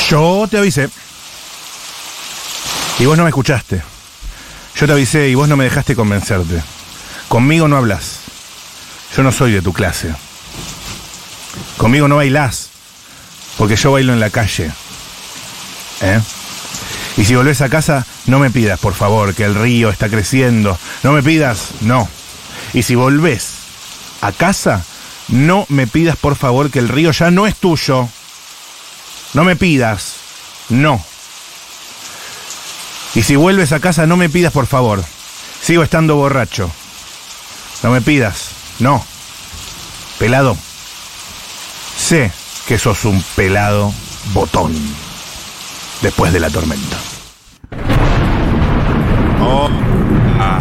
Yo te avisé. Y vos no me escuchaste. Yo te avisé y vos no me dejaste convencerte. Conmigo no hablas. Yo no soy de tu clase. Conmigo no bailás. Porque yo bailo en la calle. Y si volvés a casa, no me pidas, por favor, que el río está creciendo. No me pidas, no. Y si volvés a casa, no me pidas, por favor, que el río ya no es tuyo. No me pidas, no. Y si vuelves a casa, no me pidas, por favor. Sigo estando borracho. No me pidas, no. Pelado. Sé que sos un pelado botón. Después de la tormenta. Oh. Ah.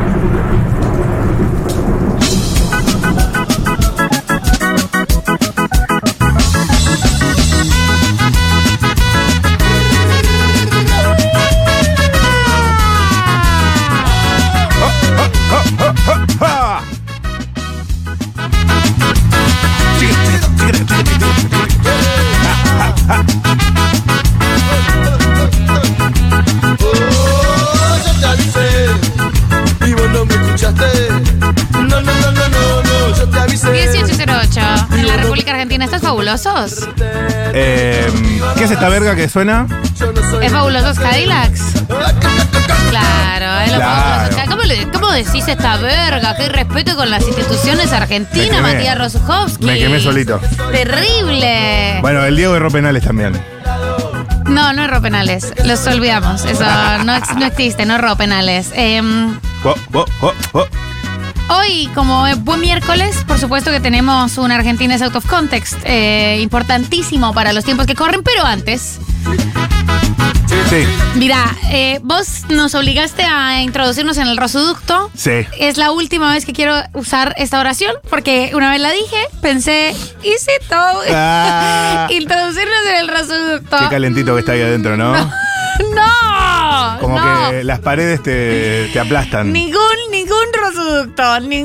Argentina, ¿estos fabulosos? ¿Qué es esta verga que suena? ¿Es Fabulosos Cadillacs? Claro, es lo fabuloso. ¿Cómo decís esta verga? Qué respeto con las instituciones argentinas, Matías Rosuchowski. Me quemé solito. Terrible. Bueno, el Diego de Ropenales también. No, no es Ropenales. Los olvidamos. Eso no existe, no es Ropenales. Hoy, como buen miércoles, por supuesto que tenemos un Argentines Out of Context, importantísimo para los tiempos que corren, pero antes. Sí. Mira, vos nos obligaste a introducirnos en el rosoducto. Sí. Es la última vez que quiero usar esta oración, porque una vez la dije, pensé, ¿is it todo? Introducirnos en el rosoducto. Qué calentito que está ahí adentro, ¿no? No. Como que las paredes te aplastan. Ningún rosoducto.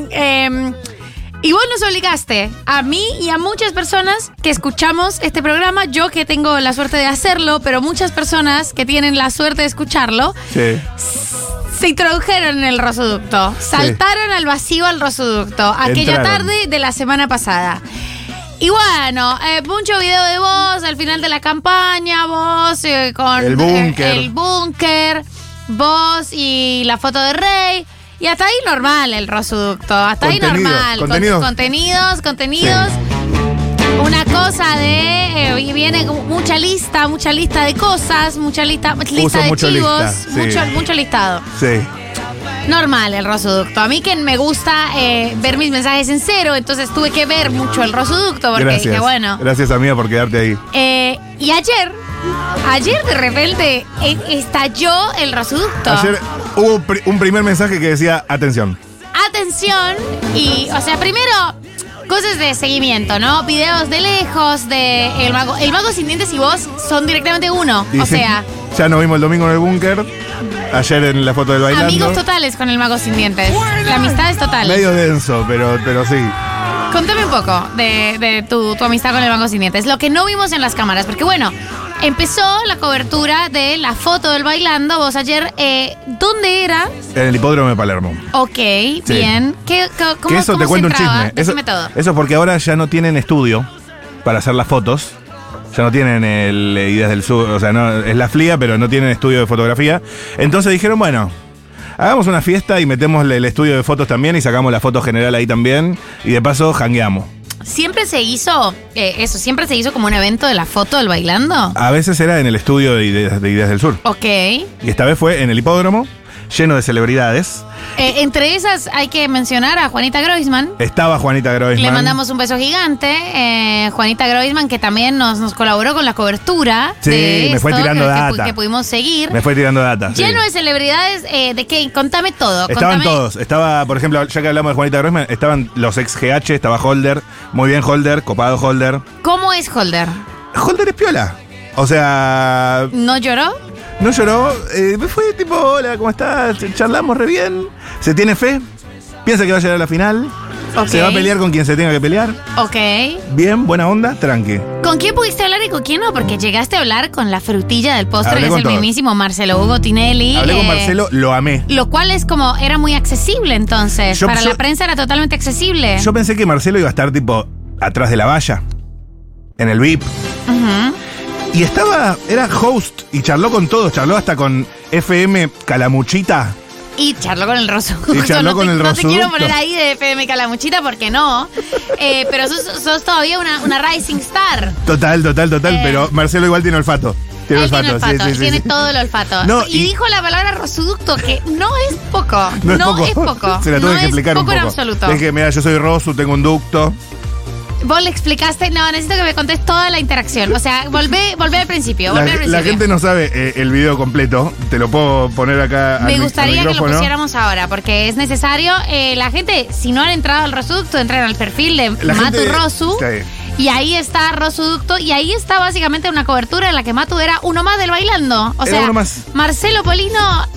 Y vos nos obligaste, a mí y a muchas personas que escuchamos este programa, yo que tengo la suerte de hacerlo, pero muchas personas que tienen la suerte de escucharlo, sí, se introdujeron en el rosoducto, saltaron al vacío al rosoducto, aquella tarde de la semana pasada. Y bueno, mucho video de vos al final de la campaña, vos con el búnker, vos y la foto de Rey. Y hasta ahí normal el rosoducto, hasta ahí normal. Contenidos. Sí. Una cosa de... viene mucha lista de cosas, mucha lista de chivos, mucho listado. Sí. Normal el rosoducto. A mí que me gusta ver mis mensajes en cero, entonces tuve que ver mucho el rosoducto porque dije, bueno. Gracias, amiga, por quedarte ahí. Y ayer de repente estalló el rosoducto. Ayer hubo un primer mensaje que decía, atención. Atención, y, o sea, primero, cosas de seguimiento, ¿no? Videos de lejos, de El Mago Sin Dientes y vos son directamente uno. O sea... Ya nos vimos el domingo en el búnker, ayer en la foto del bailando. Amigos totales con El Mago Sin Dientes. La amistad es total. Medio denso, pero sí. Contame un poco de tu amistad con El Mago Sin Dientes. Lo que no vimos en las cámaras, porque bueno, empezó la cobertura de la foto del bailando. Vos ayer, ¿dónde era? En el hipódromo de Palermo. Ok, sí. Bien. ¿Cómo eso te cuento un chisme. Decime todo. Eso porque ahora ya no tienen estudio para hacer las fotos. Ya no tienen el Ideas del Sur, o sea, no es la FLIA, pero no tienen estudio de fotografía. Entonces dijeron, bueno, hagamos una fiesta y metemos el estudio de fotos también y sacamos la foto general ahí también. Y de paso, jangueamos. ¿Siempre se hizo eso? ¿Siempre se hizo como un evento de la foto del bailando? A veces era en el estudio de Ideas del Sur. Ok. Y esta vez fue en el hipódromo, lleno de celebridades. Entre esas hay que mencionar a Juanita Groisman. Estaba Juanita Groisman. Le mandamos un beso gigante. Juanita Groisman, que también nos colaboró con la cobertura. Sí, de me fue tirando data. Que pudimos seguir. Me fue tirando data. Lleno de celebridades. ¿De qué? Contame todo. Estaban todos. Estaba, por ejemplo, ya que hablamos de Juanita Groisman, estaban los ex GH, estaba Holder. Muy bien, Holder, copado Holder. ¿Cómo es Holder? Holder es piola. O sea... ¿No lloró? No lloró, fue tipo, hola, ¿cómo estás? Charlamos re bien. ¿Se tiene fe? ¿Piensa que va a llegar a la final? Ok. Se va a pelear con quien se tenga que pelear. Ok. Bien, buena onda, tranqui. ¿Con quién pudiste hablar y con quién no? Porque llegaste a hablar con la frutilla del postre, Hablé que es con el todos. mismísimo Marcelo Hugo Tinelli. Hablé con Marcelo, lo amé. Lo cual es como, era muy accesible entonces. Yo- Para yo- la prensa era totalmente accesible. Yo pensé que Marcelo iba a estar tipo atrás de la valla, en el VIP. Ujú. Y era host y charló con todos, charló hasta con FM Calamuchita. Y charló con el Rosuducto. Y charló con el No te quiero Rosuducto. poner ahí de FM Calamuchita porque no. Pero sos todavía una rising star. Total, pero Marcelo igual tiene olfato. Tiene Él tiene olfato, olfato, sí. tiene todo el olfato. No, y dijo la palabra Rosuducto, que no es poco. No es poco. Se la tuve No que explicar es un poco poco. en absoluto. Es que, mira, yo soy Rosu, tengo un ducto. Vos le explicaste, no, necesito que me contés toda la interacción. O sea, volvé al principio. La gente no sabe el video completo. Te lo puedo poner acá Me al gustaría que lo micrófono. pusiéramos ahora, porque es necesario. La gente, si no han entrado al Rosuducto, entren al perfil de La Matu gente- Rosu. Sí. Y ahí está Rosuducto. Y ahí está básicamente una cobertura en la que Matu era uno más del bailando. O Era sea, uno más. Marcelo Polino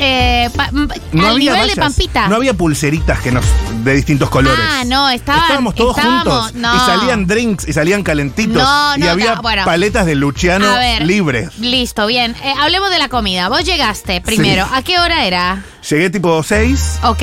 al nivel de vallas, Pampita. No había pulseritas de distintos colores. Ah, no, Estábamos todos juntos. no. Y salían drinks y salían calentitos. No, y no, había bueno. paletas de Luciano A ver, libres. Listo, bien. Hablemos de la comida. Vos llegaste primero. Sí. ¿A qué hora era? Llegué tipo 6 Ok,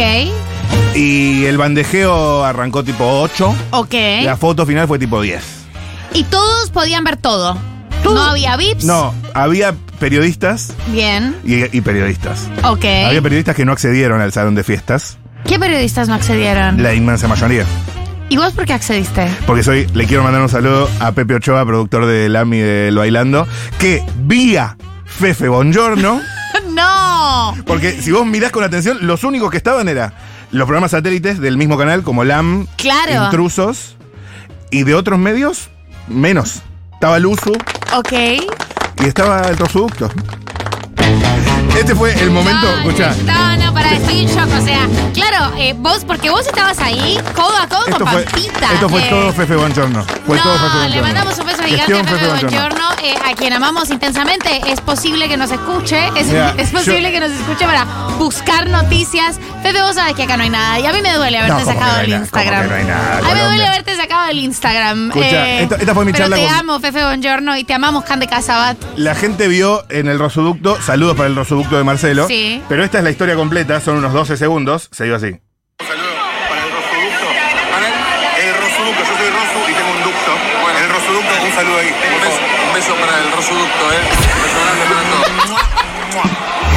y el bandejeo arrancó tipo 8. ok. La foto final fue tipo 10. Y todos podían ver todo. Todo. No había VIPs. No, había periodistas Bien, y periodistas. ok. Había periodistas que no accedieron al salón de fiestas, ¿Qué periodistas no accedieron? la inmensa mayoría. ¿Y vos por qué accediste? Porque le quiero mandar un saludo a Pepe Ochoa, productor del AMI del Bailando, que vía Fefe Bongiorno, ¡No! porque si vos mirás con atención, los únicos que estaban eran los programas satélites del mismo canal, como LAM, Claro. Intrusos, y de otros medios, menos. Estaba Luzu Ok. y estaba el Rosuducto. Este fue el momento, escuchá. No, para, estoy en shock. O sea, claro, porque vos estabas ahí, codo a codo con Pampita. Esto fue todo Fefe Bongiorno. Fue todo Fefe No, Bongiorno. le mandamos un beso gigante a Gestión Pepe Fefe Bongiorno, a quien amamos intensamente. Es posible que nos escuche, Mira, es posible que nos escuche para buscar noticias. Pepe, vos sabés que acá no hay nada. Y a mí me duele haberte No, ¿cómo sacado que del no hay nada? Instagram. ¿Cómo que no hay nada, A mí me duele Colombia? haberte sacado del Instagram. Escucha, esta fue mi pero charla te con- amo, Fefe Bongiorno, y te amamos, Cande Casabat. La gente vio en el Rosuducto, saludos para el Rosuducto de Marcelo. Sí. Pero esta es la historia completa, son unos 12 segundos, se dio así. Un saludo para el Rosuducto. El Rosuducto, yo soy Rosu y tengo un ducto. Bueno, el Rosuducto, un saludo ahí. Un beso para el Rosuducto, Un beso grande para todos.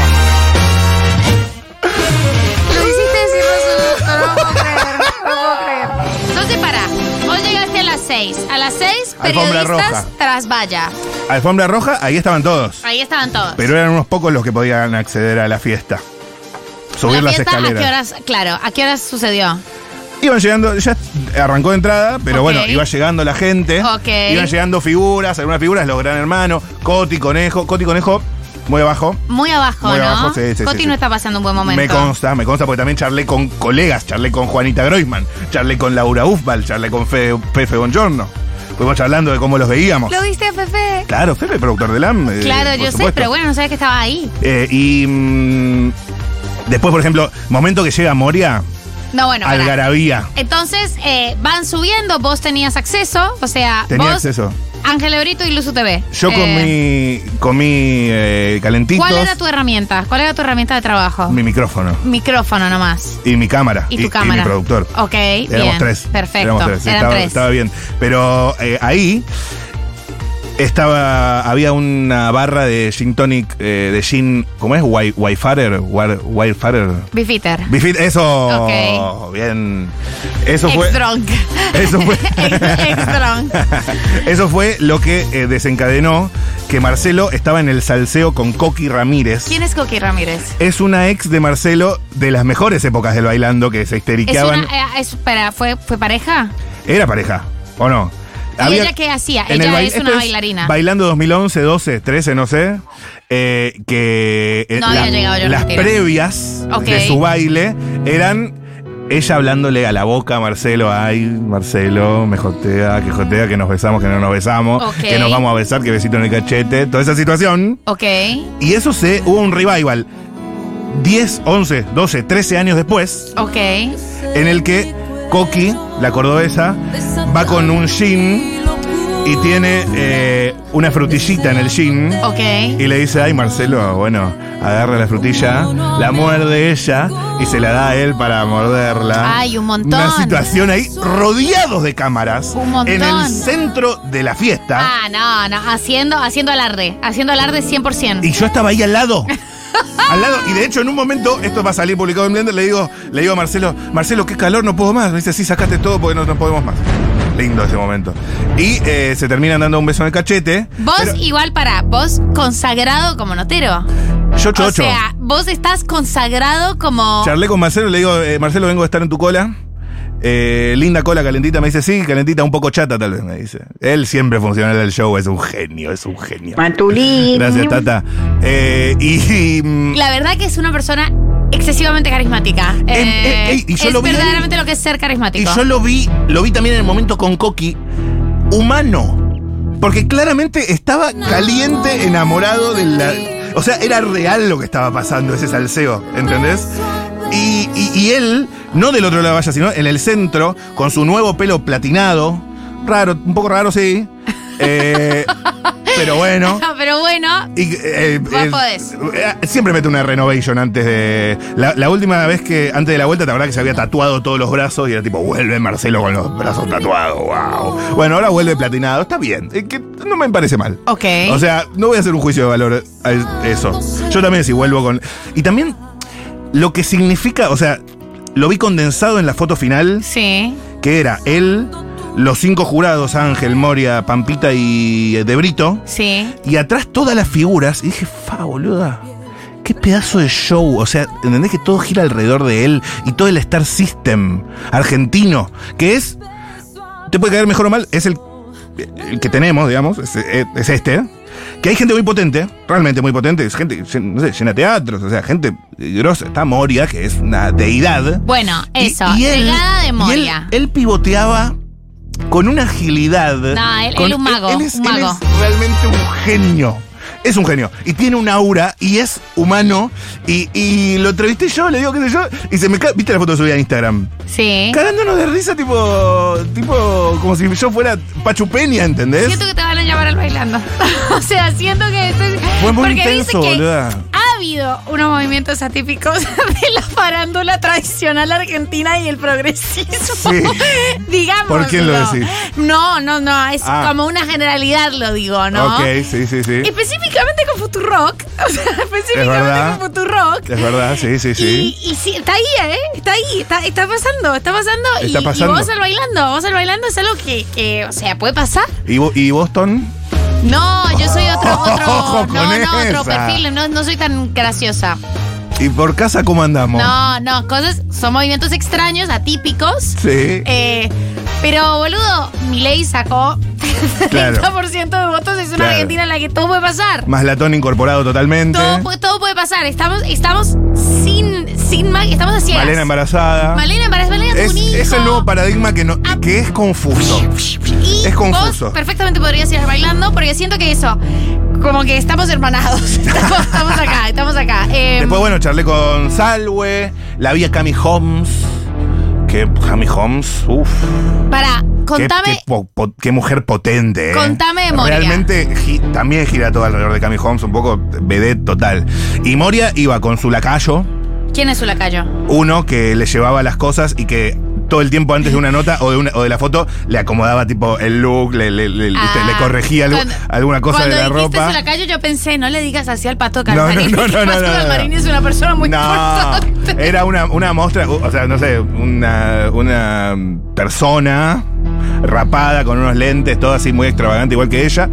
Lo hiciste decir Rosuducto, no puedo creer. Entonces, pará. Vos llegaste a las 6. A las 6, Alfombra periodistas roja. tras valla. Alfombra roja, ahí estaban todos. Ahí estaban todos. Pero eran unos pocos los que podían acceder a la fiesta. Subir ¿La las fiesta escaleras. a qué horas? Claro, ¿a qué horas sucedió? Iban llegando, ya arrancó de entrada, pero Ok. bueno, iba llegando la gente. Ok. Iban llegando figuras, algunas figuras, los Gran Hermano, Coti Conejo, muy abajo. Muy abajo, Muy ¿no? abajo, sí, Coti sí. no está pasando un buen momento. Me consta porque también charlé con colegas, charlé con Juanita Groisman, charlé con Laura Ufbal, charlé con Fefe Bongiorno. Fuimos charlando de cómo los veíamos. ¿Lo viste a Fefe? Claro, Fefe, productor del AM. Claro, por yo sé, supuesto. pero bueno, no sabes que estaba ahí. Después, por ejemplo, momento que llega Moria, No, bueno, pará. Algarabía. Entonces, van subiendo, vos tenías acceso, o sea, Tenía vos, acceso. Ángel Eurito y Luzu TV. Yo comí calentitos. ¿Cuál era tu herramienta? ¿Cuál era tu herramienta de trabajo? Mi micrófono. Micrófono nomás. Y mi cámara. Y tu cámara. Y mi productor. Ok, Éramos bien. 3. Perfecto. Éramos 3. Eran Estaba, 3. estaba bien. Pero ahí había una barra de gin tonic, de gin, ¿cómo es? Wildfire. Bifitter. Bifit, eso. Ok. Bien. Eso fue. Ex-drunk. Eso fue. Ex-drunk. Eso fue lo que desencadenó que Marcelo estaba en el salseo con Coqui Ramírez. ¿Quién es Coqui Ramírez? Es una ex de Marcelo de las mejores épocas del bailando que se Es histeriqueaban. espera, ¿fue pareja? Era pareja, ¿o no? ¿Y ella qué hacía? en Ella el es una bailarina. Bailando 2011, 12, 13, no sé. Que No había llegado yo a las Argentina. previas Ok. de su baile eran ella hablándole a la boca a Marcelo. Ay, Marcelo, me jotea, que nos besamos, que no nos besamos, Ok. que nos vamos a besar, que besito en el cachete. Toda esa situación. Ok. Y eso hubo un revival 10, 11, 12, 13 años después, Ok. en el que Coqui, la cordobesa, va con un gin y tiene una frutillita en el gin. Ok. Y le dice, ay, Marcelo, bueno, agarra la frutilla, la muerde ella y se la da a él para morderla. Ay, un montón. Una situación ahí, rodeados de cámaras. Un montón. En el centro de la fiesta. Ah, no, haciendo alarde 100%. Y yo estaba ahí al lado. Al lado, y de hecho en un momento, esto va a salir publicado en Blender, le digo a Marcelo, qué calor, no puedo más. Me dice, sí, sacate todo porque no podemos más. Lindo ese momento. Y se terminan dando un beso en el cachete. Vos vos consagrado como notero. Yo chocho. O sea, vos estás consagrado como... Charlé con Marcelo, le digo, Marcelo, vengo a estar en tu cola. Linda cola, calentita. Me dice, sí, calentita, un poco chata tal vez, me dice. Él siempre funcional del show, es un genio. Matulín. Gracias, Tata. La verdad que es una persona excesivamente carismática. Y yo es lo vi verdaderamente lo que es ser carismático. Y yo lo vi también en el momento con Coqui, humano. Porque claramente estaba caliente, enamorado de la... O sea, era real lo que estaba pasando, ese salseo, ¿entendés? Y él, no del otro lado de la valla, sino en el centro, con su nuevo pelo platinado. Raro, un poco raro, sí. Pero bueno. Pero bueno. Vos podés. Siempre mete una renovation antes de. La última vez que, antes de la vuelta, la verdad que se había tatuado todos los brazos y era tipo, vuelve Marcelo con los brazos tatuados. Wow. Bueno, ahora vuelve platinado. Está bien. Que no me parece mal. Ok. O sea, no voy a hacer un juicio de valor a eso. Yo también, si vuelvo con. Y también lo que significa, o sea, lo vi condensado en la foto final. Sí. Que era él, los 5 jurados, Ángel, Moria, Pampita y De Brito. Sí. Y atrás todas las figuras. Y dije, boluda, qué pedazo de show. O sea, ¿entendés que todo gira alrededor de él? Y todo el Star System argentino, que es, te puede caer mejor o mal, es el que tenemos, digamos, es este. Que hay gente muy potente, realmente muy potente, es gente, no sé, llena teatros, o sea, gente grosa. Está Moria, que es una deidad. Bueno, eso, y él, llegada de Moria. Él pivoteaba con una agilidad. No, él es un mago. Él es realmente un genio. Es un genio. Y tiene un aura y es humano. Y lo entrevisté yo, le digo qué sé yo. Y se me cae. ¿Viste la foto que subí a Instagram? Sí. Cagándonos de risa, tipo como si yo fuera Pachu Peña, ¿entendés? Siento que te van a llamar al bailando. O sea, siento que estoy... Fue muy porque intenso, dice que boluda. ha habido unos movimientos atípicos de la farándula tradicional argentina y el progresismo. Sí. Digamos. ¿Por quién lo decís? No. Es como una generalidad, lo digo, ¿no? Ok, sí. Específicamente con Futurock. O sea, específicamente con Futurock. Es verdad, sí. Y sí, está ahí, Está ahí. Está pasando. Está pasando. Y vos al bailando es algo que, o sea, puede pasar. ¿Y Boston? No, yo soy otro esa. perfil, no soy tan graciosa. ¿Y por casa cómo andamos? No, son movimientos extraños, atípicos. Sí. Pero, boludo, Milei sacó 30% de votos, es una Argentina en la que todo puede pasar. Más latón incorporado totalmente. Todo puede pasar, estamos estamos a ciegas. Malena embarazada. Malena tuvo un hijo. Es el nuevo paradigma que es confuso. Y es confuso. Vos perfectamente podrías ir bailando, porque siento que eso, como que estamos hermanados. Estamos acá. Después, bueno, charlé con Salwe, la vi a Cami Holmes. Que Cami Holmes, uff. Contame. Qué mujer potente, Contame de Moria. Realmente también gira todo alrededor de Cami Holmes, un poco vedette total. Y Moria iba con su lacayo. ¿Quién es su lacayo? Uno que le llevaba las cosas y que todo el tiempo antes de una nota o de la foto le acomodaba tipo el look, le corregía alguna cosa de la ropa. Cuando dijiste su lacayo yo pensé, no le digas así al Pato Calmarini. No. Pato Calmarini es una persona muy importante. Era una muestra, o sea, no sé, una persona rapada con unos lentes, todo así muy extravagante, igual que ella.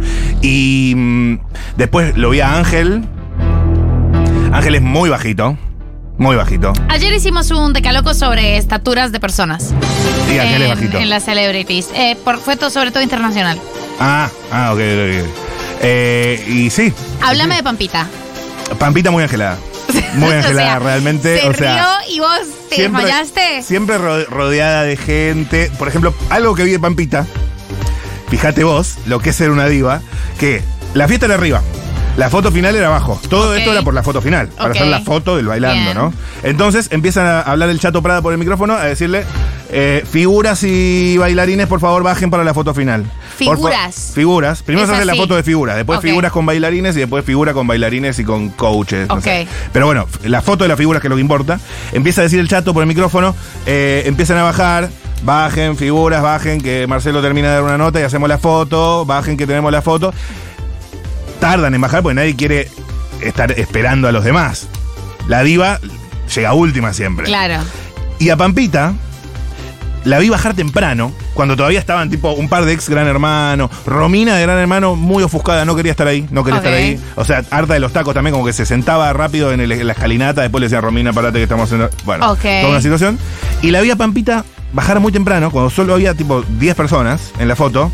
Y después lo vi a Ángel. Ángel es muy bajito. Muy bajito. Ayer hicimos un decaloco sobre estaturas de personas. Sí, Ángel es bajito. En las celebrities. Fue todo, sobre todo internacional. Ok. Y sí. Háblame de Pampita. Pampita muy angelada. Muy angelada, realmente. Se rió y vos te desmayaste. Siempre rodeada de gente. Por ejemplo, algo que vi de Pampita. Fíjate vos, lo que es ser una diva. Que la fiesta era arriba. La foto final era abajo. Todo esto era por la foto final. Para hacer la foto del bailando, bien, ¿no? Entonces empiezan a hablar el Chato Prada por el micrófono, a decirle Figuras y bailarines, por favor, bajen para la foto final. Figuras. Figuras. Primero se hace la foto de figuras, después Ok. figuras con bailarines y después figura con bailarines y con coaches. No Ok. sé. Pero bueno, la foto de las figuras que es lo que importa. Empieza a decir el chato por el micrófono, empiezan a bajar. Bajen, figuras, bajen, que Marcelo termina de dar una nota y hacemos la foto. Bajen, que tenemos la foto. Tardan en bajar porque nadie quiere estar esperando a los demás. La diva llega última siempre. Claro. Y a Pampita la vi bajar temprano, cuando todavía estaban tipo un par de ex Gran Hermano. Romina de Gran Hermano muy ofuscada, no quería estar ahí, no quería estar ahí. O sea, harta de los tacos también, como que se sentaba rápido en la escalinata, después le decía, Romina, parate que estamos en... Bueno, toda una situación. Y la vi a Pampita bajar muy temprano, cuando solo había tipo 10 personas en la foto.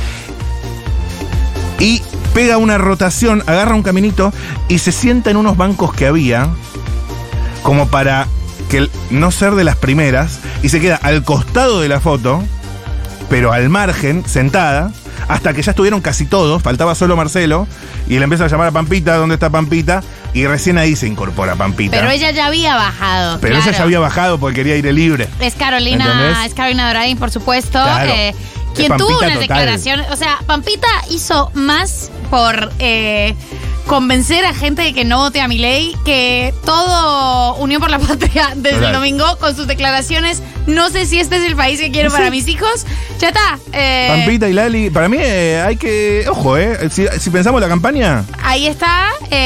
Y pega una rotación, agarra un caminito y se sienta en unos bancos que había, como para que no ser de las primeras, y se queda al costado de la foto, pero al margen, sentada, hasta que ya estuvieron casi todos, faltaba solo Marcelo, y él empieza a llamar a Pampita, ¿dónde está Pampita? Y recién ahí se incorpora Pampita. Pero ella ya había bajado. Pero claro. ella ya había bajado porque quería aire libre. Es Carolina Doraín, por supuesto. Claro. Quien tuvo Pampita una total. declaración. O sea, Pampita hizo más por convencer a gente de que no vote a Milei que todo Unión por la Patria desde Total. el domingo con sus declaraciones. No sé si este es el país que quiero para mis hijos. Ya está. Pampita y Lali, para mí hay que... Ojo, si pensamos la campaña... Ahí está.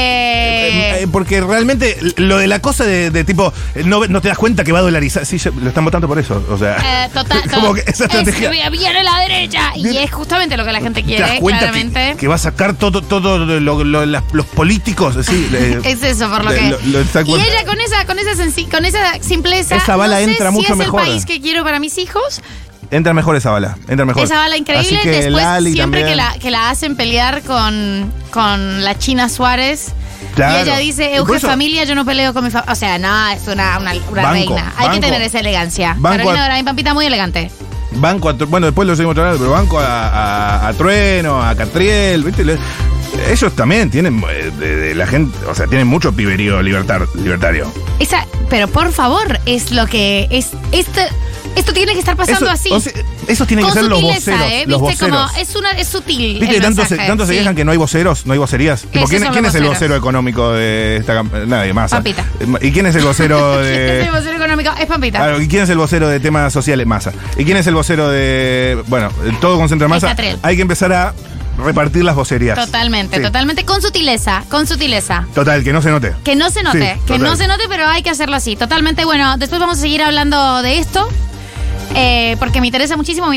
Porque realmente lo de la cosa de tipo, no te das cuenta que va a dolarizar. Sí, lo están votando por eso. O sea, Total. como que esa estrategia. Viene la derecha. Y es justamente lo que la gente ¿Te das quiere, cuenta claramente. que va a sacar todo los políticos? Sí, Es eso por lo que. Y ella con esa simpleza. Esa bala no sé entra si mucho es mejor. el país que quiero para mis hijos. Entra mejor esa bala. Entra mejor. Esa bala increíble. Así que Después, Lali siempre también. que la hacen pelear con la China Suárez. Claro. Y ella dice, Y por Euge eso- familia, yo no peleo con mi familia. O sea, no, es una Banco, reina. Hay que banco. tener esa elegancia. Banco Carolina a- Doraín, Pampita, muy elegante. Banco bueno, después lo seguimos hablando, pero banco a Trueno, a Catriel, ¿viste? Ellos también tienen, de la gente, o sea, tienen mucho piberío libertario. Pero por favor, es lo que es. Esto tiene que estar pasando así. O sea, esos tienen Con que ser los sutileza, voceros. Los ¿viste? Como voceros. es sutil. ¿Viste el que mensaje, tanto se sí. quejan que no hay voceros, no hay vocerías? Tipo, Esos ¿quién son es los el voceros. vocero económico de esta campaña? Nadie más. Pampita. ¿Y quién es el vocero ¿Quién es el de...? vocero económico? Es Pampita. Claro, ¿y quién es el vocero de temas sociales? Massa. ¿Y quién es el vocero de...? Bueno, todo concentra en Massa. Catriel. Hay que empezar a repartir las vocerías. Totalmente, Sí. totalmente. Con sutileza. Total, que no se note. Que no se note. Sí, que total. no se note, pero hay que hacerlo así. Totalmente. Bueno, después vamos a seguir hablando de esto. Porque me interesa muchísimo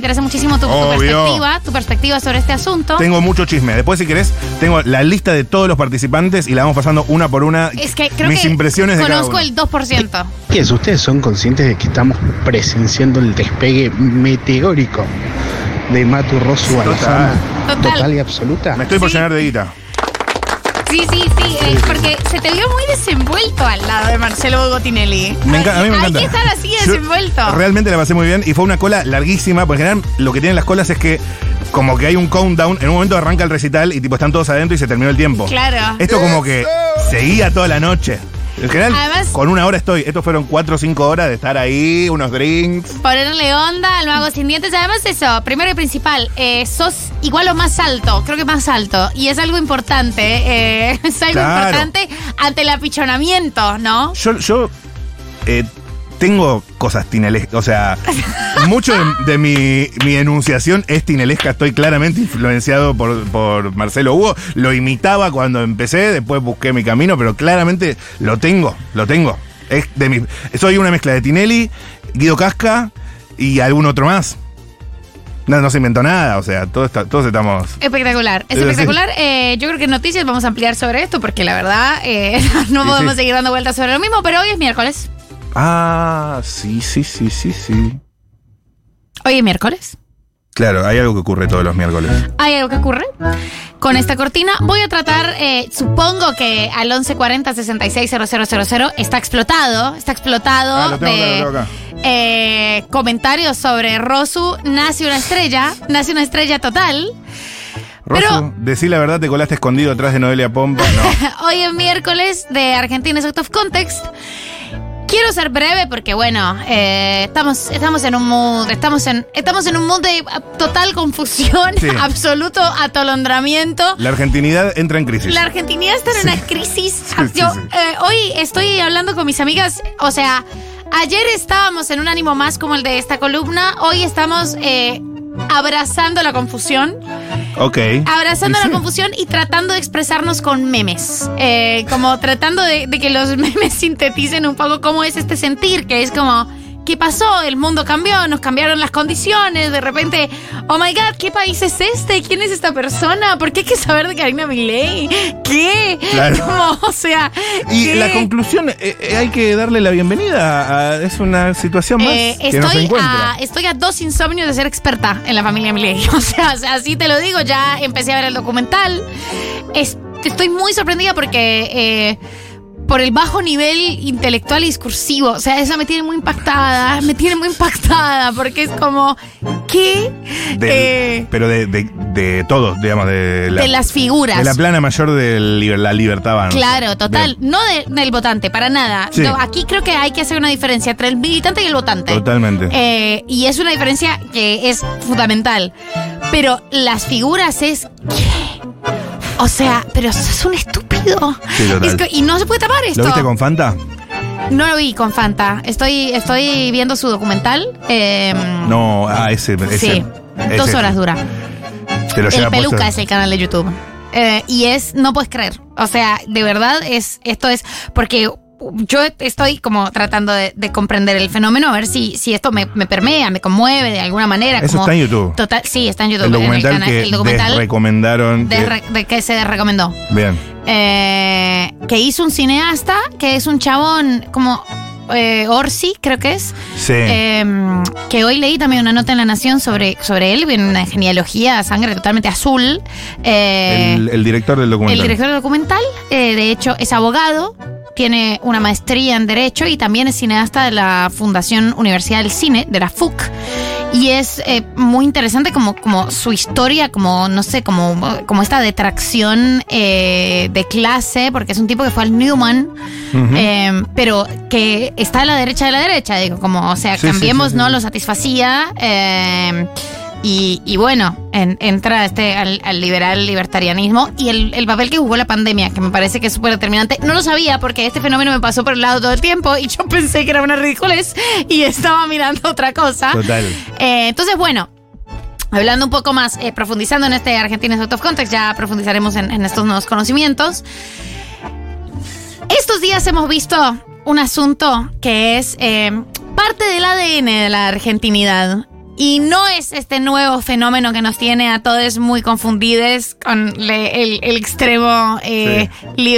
tu perspectiva sobre este asunto. Tengo mucho chisme. Después, si querés, tengo la lista de todos los participantes y la vamos pasando una por una. Es que creo mis que impresiones de cada conozco uno. el 2%. ¿Qué es? ¿Ustedes son conscientes de que estamos presenciando el despegue meteórico de Matu Rosu a la fama total y absoluta? Me estoy por Sí. llenar de guita. Sí, porque se te vio muy desenvuelto al lado de Marcelo Bogotinelli. A mí me encanta. Hay que estar así Yo desenvuelto. realmente la pasé muy bien y fue una cola larguísima, porque en general lo que tienen las colas es que como que hay un countdown, en un momento arranca el recital y tipo están todos adentro y se terminó el tiempo. Claro. Esto como que seguía toda la noche. En general, Además- con una hora estoy. Estos fueron 4 o 5 horas de estar ahí, unos drinks. Ponerle onda al mago sin dientes. Además, eso, primero y principal, sos igual o más alto, creo que más alto. Y es algo importante, es algo Claro. importante ante el apichonamiento, ¿no? Yo tengo cosas tinelescas, o sea, mucho de mi enunciación es tinelesca, estoy claramente influenciado por Marcelo Hugo, lo imitaba cuando empecé, después busqué mi camino, pero claramente lo tengo. Soy una mezcla de Tinelli, Guido Casca y algún otro más. No se inventó nada, o sea, todos estamos... Espectacular, es Sí. espectacular. Yo creo que en noticias vamos a ampliar sobre esto porque la verdad no Sí, podemos sí. seguir dando vueltas sobre lo mismo, pero hoy es miércoles. Ah, sí. Hoy es miércoles. Claro, hay algo que ocurre todos los miércoles. Hay algo que ocurre con esta cortina. Voy a tratar, supongo que al 1140-660000 está explotado Lo tengo acá. Comentarios sobre Rosu, nace una estrella total. Rosu, Pero- decí la verdad, te colaste escondido atrás de Noelia Pompa. No. Hoy es miércoles de Argentina is Out of Context. Quiero ser breve porque, bueno, estamos en un mood, estamos en un mood de total confusión, sí. Absoluto atolondramiento. La argentinidad entra en crisis. La argentinidad está en una crisis. Yo, hoy estoy hablando con mis amigas, o sea, ayer estábamos en un ánimo más como el de esta columna, hoy estamos abrazando la confusión. Ok. Abrazando la confusión y tratando de expresarnos con memes. Como tratando de que los memes sinteticen un poco cómo es este sentir, que es como, ¿qué pasó? El mundo cambió, nos cambiaron las condiciones, de repente, oh my God, ¿qué país es este? ¿Quién es esta persona? ¿Por qué hay que saber de Karina Milei? ¿Qué? Claro. ¿Cómo? O sea, y ¿qué? La conclusión, hay que darle la bienvenida es una situación más que nos encuentra. Estoy a 2 insomnios de ser experta en la familia Milei. O sea, así te lo digo, ya empecé a ver el documental. Estoy muy sorprendida porque por el bajo nivel intelectual y discursivo. O sea, eso me tiene muy impactada. Porque es como, ¿qué? Pero de todos, digamos, de las figuras. De la plana mayor de la libertad avanza. Claro, total. Bien. No del votante, para nada. Sí. No, aquí creo que hay que hacer una diferencia entre el militante y el votante. Totalmente. Y es una diferencia que es fundamental. Pero las figuras es, ¿qué? O sea, pero sos un estúpido. Sí, total. Y no se puede tapar esto. ¿Lo viste con Fanta? No lo vi con Fanta. Estoy viendo su documental. No, ese. Sí, 2 horas dura. El Peluca es el canal de YouTube. Y no puedes creer. O sea, de verdad, esto es porque yo estoy como tratando de comprender el fenómeno, a ver si esto me permea, me conmueve de alguna manera. Eso está en YouTube. Total, sí, está en YouTube. El documental el documental recomendaron. De que se recomendó. Bien. Que hizo un cineasta, que es un chabón como Orsi, creo que es. Sí. Que hoy leí también una nota en La Nación sobre él, una genealogía, sangre totalmente azul. El director del documental. El director del documental, de hecho, es abogado. Tiene una maestría en Derecho y también es cineasta de la Fundación Universidad del Cine, de la FUC. Y es muy interesante como su historia, como, no sé, como esta detracción de clase, porque es un tipo que fue al Newman, pero que está a la derecha de la derecha, digo, como, o sea, sí, Cambiemos, sí. No lo satisfacía. Y bueno, entra al libertarianismo y el papel que jugó la pandemia, que me parece que es súper determinante. No lo sabía porque este fenómeno me pasó por el lado todo el tiempo y yo pensé que era una ridiculez y estaba mirando otra cosa. Total. Entonces, bueno, hablando un poco más, profundizando en este Argentines Out of Context, ya profundizaremos en estos nuevos conocimientos. Estos días hemos visto un asunto que es parte del ADN de la argentinidad. Y no es este nuevo fenómeno que nos tiene a todos muy confundidos con el extremo sí.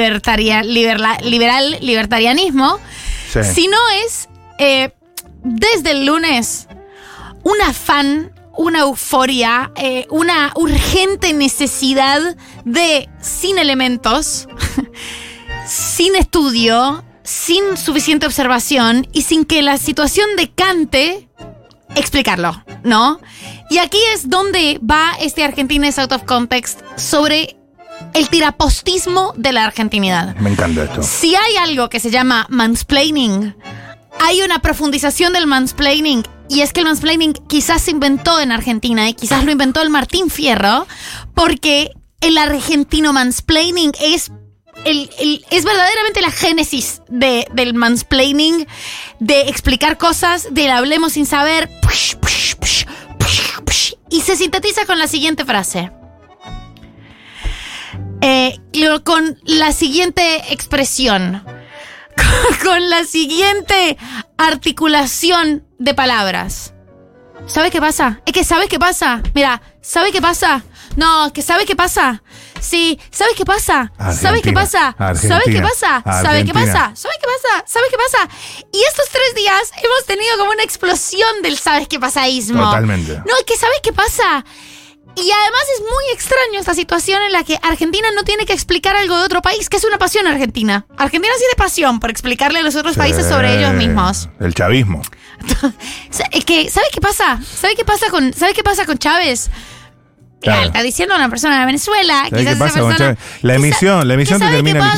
libertarianismo, sí. Sino es desde el lunes un afán, una euforia, una urgente necesidad de, sin elementos, sin estudio, sin suficiente observación y sin que la situación decante, explicarlo, ¿no? Y aquí es donde va este Argentines Out of Context sobre el tirapostismo de la argentinidad. Me encanta esto. Si hay algo que se llama mansplaining, hay una profundización del mansplaining, y es que el mansplaining quizás se inventó en Argentina y quizás lo inventó el Martín Fierro, porque el argentino mansplaining es verdaderamente la génesis del mansplaining, de explicar cosas, del hablemos sin saber, y se sintetiza con la siguiente frase. Con la siguiente expresión, con la siguiente articulación de palabras. ¿Sabe qué pasa? Es que ¿sabe qué pasa? Mira, ¿sabe qué pasa? No, es que ¿sabe qué pasa? Sí, ¿sabes qué pasa? ¿Sabes qué pasa? ¿Sabes qué pasa? ¿Sabes qué pasa? ¿Sabes qué pasa? ¿Sabes qué pasa? Y estos 3 días hemos tenido como una explosión del ¿sabes qué pasaísmo? Totalmente. No, es que ¿sabes qué pasa? Y además es muy extraño esta situación en la que Argentina no tiene que explicar algo de otro país, que es una pasión argentina. Argentina tiene pasión por explicarle a los otros países sobre ellos mismos. El chavismo. Es que, ¿sabes qué pasa? ¿Sabes qué pasa con Chávez? Claro. Está diciendo una persona de Venezuela, quizás esa persona. La emisión te termina. ¿Qué pasa?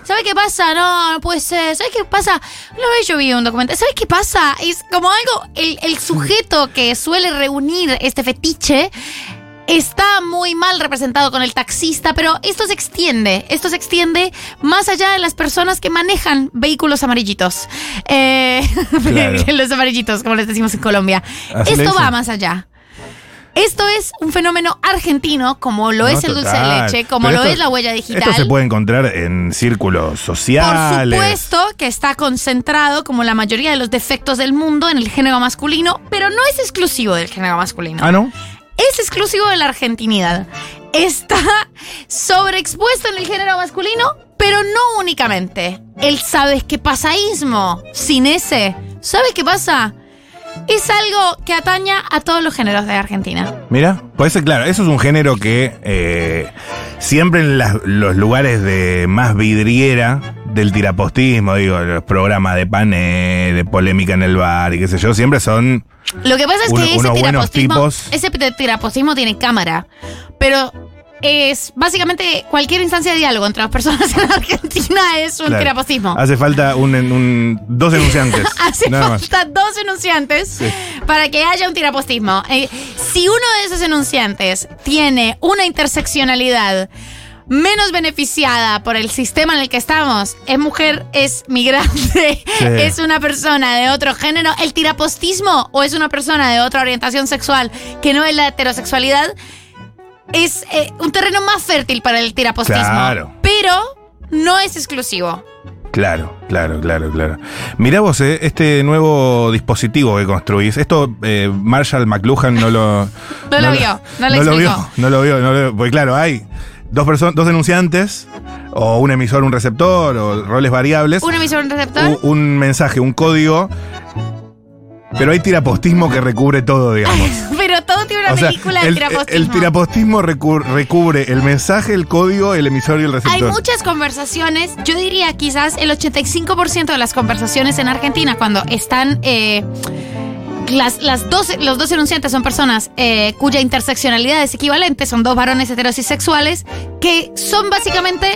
¿Sabe qué pasa? No puede ser. ¿Sabe qué pasa? Una vez yo vi un documental. ¿Sabe qué pasa? Es como algo, el sujeto que suele reunir este fetiche está muy mal representado con el taxista, pero esto se extiende más allá de las personas que manejan vehículos amarillitos. Claro. Los amarillitos, como les decimos en Colombia. Así Esto va más allá. Esto es un fenómeno argentino, como lo es el dulce de leche, como lo es la huella digital. Esto se puede encontrar en círculos sociales. Por supuesto que está concentrado, como la mayoría de los defectos del mundo, en el género masculino, pero no es exclusivo del género masculino. ¿Ah, no? Es exclusivo de la argentinidad. Está sobreexpuesto en el género masculino, pero no únicamente. El ¿sabes qué pasaísmo? Sin ese ¿sabe qué pasa? Es algo que ataña a todos los géneros de Argentina. Mira, puede ser, claro, eso es un género que siempre en los lugares de más vidriera del tirapostismo, digo, los programas de Pané, de polémica en el bar y qué sé yo, siempre son... Lo que pasa es que ese tipos. tirapostismo tiene cámara, pero es básicamente cualquier instancia de diálogo entre las personas en Argentina es un tirapostismo. Hace falta dos denunciantes. Hace falta dos denunciantes para que haya un tirapostismo. Si uno de esos denunciantes tiene una interseccionalidad menos beneficiada por el sistema en el que estamos, es mujer, es migrante, es una persona de otro género, el tirapostismo, o es una persona de otra orientación sexual que no es la heterosexualidad, es un terreno más fértil para el tirapostismo. Claro. Pero no es exclusivo. Claro. Mirá vos, este nuevo dispositivo que construís. Esto Marshall McLuhan no lo vio. Porque claro, hay dos denunciantes, o un emisor, un receptor, o roles variables. ¿Un emisor, un receptor? Un mensaje, un código. Pero hay tirapostismo que recubre todo, digamos. Pero todo tiene una película de tirapostismo. El tirapostismo recubre el mensaje, el código, el emisor y el receptor. Hay muchas conversaciones, yo diría quizás el 85% de las conversaciones en Argentina cuando están... los dos enunciantes son personas cuya interseccionalidad es equivalente, son dos varones heterosexuales que son básicamente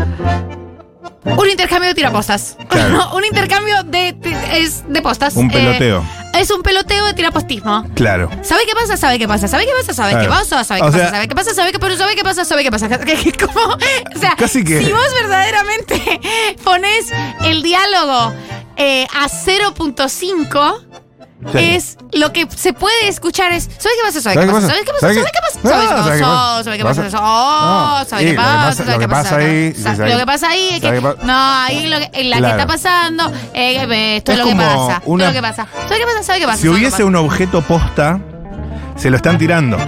un intercambio de tirapostas. Claro. Un intercambio de postas. Un peloteo. Es un peloteo de tirapostismo. Claro. ¿Sabe qué pasa? ¿Sabe qué pasa? ¿Sabe qué pasa? ¿Sabe qué pasa? ¿Sabe qué pasa? ¿Sabe qué pasa? ¿Sabe qué pasa? ¿Sabe qué pasa? ¿Sabe qué pasa? ¿Cómo? O sea, casi que... si vos verdaderamente pones el diálogo a 0.5... es lo que se puede escuchar es ¿sabe qué pasa? ¿Sabe qué pasa? ¿Sabe qué pasa? ¿Sabe qué pasa? ¿Sabe qué pasa? ¿Sabe qué pasa? Lo que pasa ahí. Lo que pasa ahí es que no, ahí la que está pasando esto es lo que pasa. Esto es lo que pasa. ¿Sabe qué pasa? ¿Sabe qué pasa? Si hubiese un objeto posta, se lo están tirando.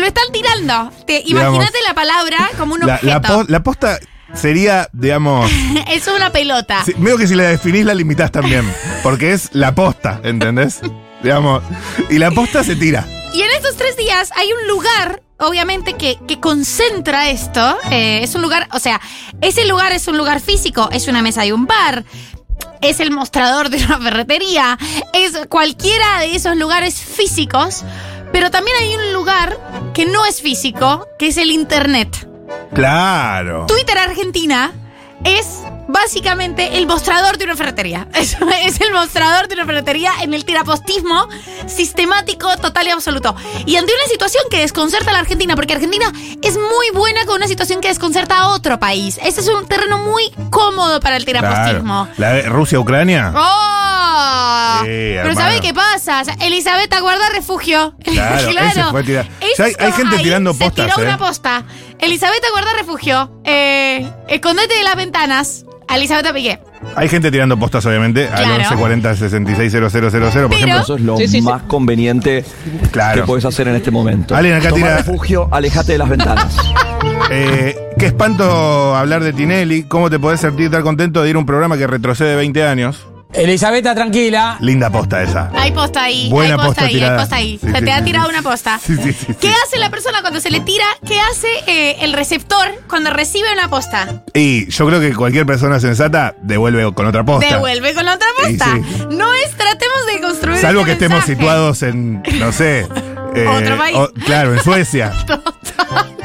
Imagínate la palabra como un objeto. La posta sería, digamos... es una pelota. Veo que si la definís la limitás también. Porque es la posta, ¿entendés? Digamos, y la posta se tira. Y en estos 3 días hay un lugar, obviamente, que concentra esto. Es un lugar, o sea, ese lugar es un lugar físico, es una mesa de un bar, es el mostrador de una ferretería, es cualquiera de esos lugares físicos, pero también hay un lugar que no es físico, que es el internet. Claro. Twitter Argentina es básicamente el mostrador de una ferretería. Es el mostrador de una ferretería en el tirapostismo sistemático, total y absoluto. Y ante una situación que desconcerta a la Argentina, porque Argentina es muy buena con una situación que desconcerta a otro país. Este es un terreno muy cómodo para el tirapostismo. Claro. ¿La Rusia-Ucrania? ¡Oh! Sí, pero hermano. ¿sabe qué pasa? Elisabetta guarda refugio. Claro. Ese fue tirar. Hay gente tirando postas. Se tiró una posta. Elisabetta guarda refugio. Escondete de las ventanas. A Elisabetta Piqué. Hay gente tirando postas, obviamente, al 1140-660000, por ejemplo. Eso es lo más conveniente que puedes hacer en este momento. Alguien acá toma tira... refugio, alejate de las ventanas. Qué espanto hablar de Tinelli. ¿Cómo te podés sentir tan contento de ir a un programa que retrocede 20 años? Elisabetta, tranquila. Linda posta esa. Hay posta ahí. Buena hay posta ahí. tirada. Hay posta ahí. Sí, se sí, te ha sí, tirado sí. una posta. Sí. ¿Qué hace la persona cuando se le tira? ¿Qué hace el receptor cuando recibe una posta? Y yo creo que cualquier persona sensata devuelve con otra posta. Devuelve con otra posta. Sí. No tratemos de construir. Salvo que este estemos mensaje. situados en, no sé. Otro país. Claro, en Suecia. Total.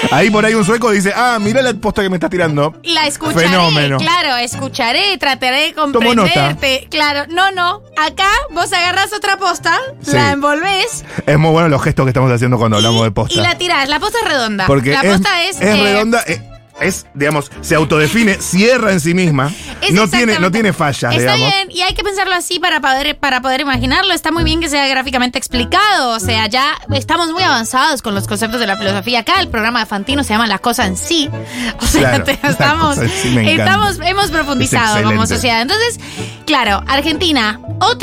Ahí por ahí un sueco dice, mirá la posta que me estás tirando. La escucharé, fenómeno. Claro, escucharé, trataré de comprenderte. Claro, no. Acá vos agarrás otra posta, la envolvés. Es muy bueno los gestos que estamos haciendo cuando hablamos de posta. Y la tirás. La posta es redonda. Porque la posta es redonda. Es, digamos, se autodefine, cierra en sí misma, no tiene fallas, Está digamos. bien, y hay que pensarlo así para poder imaginarlo. Está muy bien que sea gráficamente explicado. O sea, ya estamos muy avanzados con los conceptos de la filosofía. Acá el programa de Fantino se llama Las Cosas en Sí. O sea, hemos profundizado como sociedad. Entonces, claro, Argentina,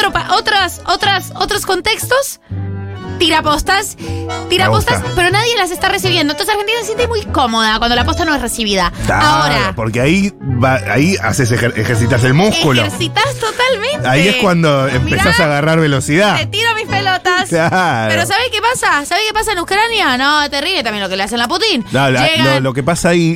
otros contextos. Tirapostas, pero nadie las está recibiendo. Entonces Argentina se siente muy cómoda cuando la posta no es recibida. Claro, ahora, porque ahí ejercitas el músculo. Ejercitas totalmente. Ahí es cuando empezás a agarrar velocidad. Te tiro mis pelotas. Claro. Pero ¿sabés qué pasa? ¿Sabés qué pasa en Ucrania? No, terrible también lo que le hacen a Putin. No, lo que pasa ahí.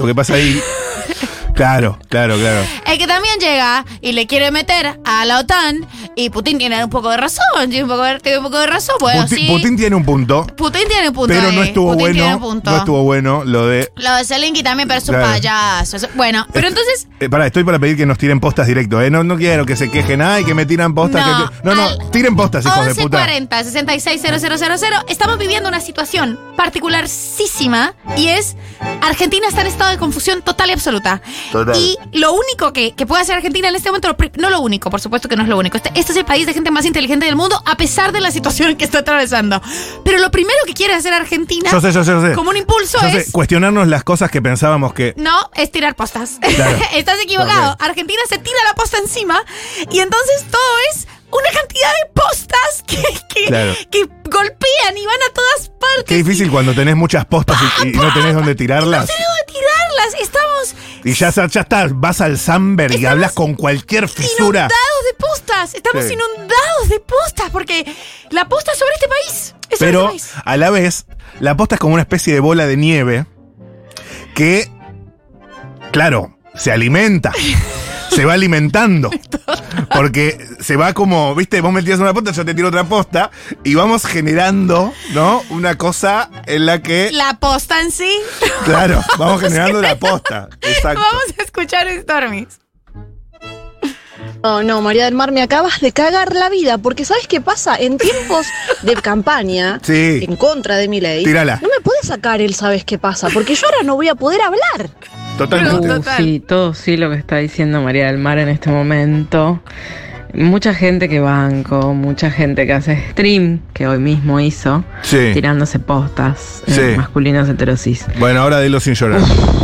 Claro. El que también llega y le quiere meter a la OTAN, y Putin tiene un poco de razón, tiene un poco de razón. Bueno, Putin tiene un punto. Pero no estuvo bueno lo de Zelensky también, pero es un payaso. Bueno, pero entonces... estoy para pedir que nos tiren postas directo, No quiero que se quejen, que me tiran postas. Tiren postas, hijos de puta. 1140-660000. Estamos viviendo una situación particularísima y es Argentina está en estado de confusión total y absoluta. Total. Y lo único que puede hacer Argentina en este momento, no lo único, por supuesto que no es lo único. Este es el país de gente más inteligente del mundo, a pesar de la situación que está atravesando. Pero lo primero que quiere hacer Argentina, yo sé. como un impulso, es cuestionarnos las cosas que pensábamos que... No, es tirar postas. Claro. Estás equivocado. Okay. Argentina se tira la posta encima y entonces todo es una cantidad de postas que golpean y van a todas partes. Qué difícil cuando tenés muchas postas y no tenés dónde tirarlas. No tenés dónde tirarlas. Estamos... Y ya estás, vas al Samber y hablas con cualquier fisura. Inundados de postas. Estamos inundados de postas porque la posta es sobre este país. Pero a la vez, la posta es como una especie de bola de nieve que, claro, se alimenta. Se va alimentando. Porque se va como, viste, vos me tiras una posta, yo te tiro otra posta. Y vamos generando, ¿no? Una cosa en la que... La posta en sí. Claro, vamos generando la posta. Exacto. Vamos a escuchar Stormis. No, María del Mar, me acabas de cagar la vida, porque ¿sabes qué pasa? En tiempos de campaña, en contra de Milei, tírala. No me puedes sacar el ¿sabes qué pasa? Porque yo ahora no voy a poder hablar. Totalmente. Sí, todo sí lo que está diciendo María del Mar en este momento. Mucha gente que banco, mucha gente que hace stream, que hoy mismo hizo, tirándose postas masculinos heterosis. Bueno, ahora dilo sin llorar.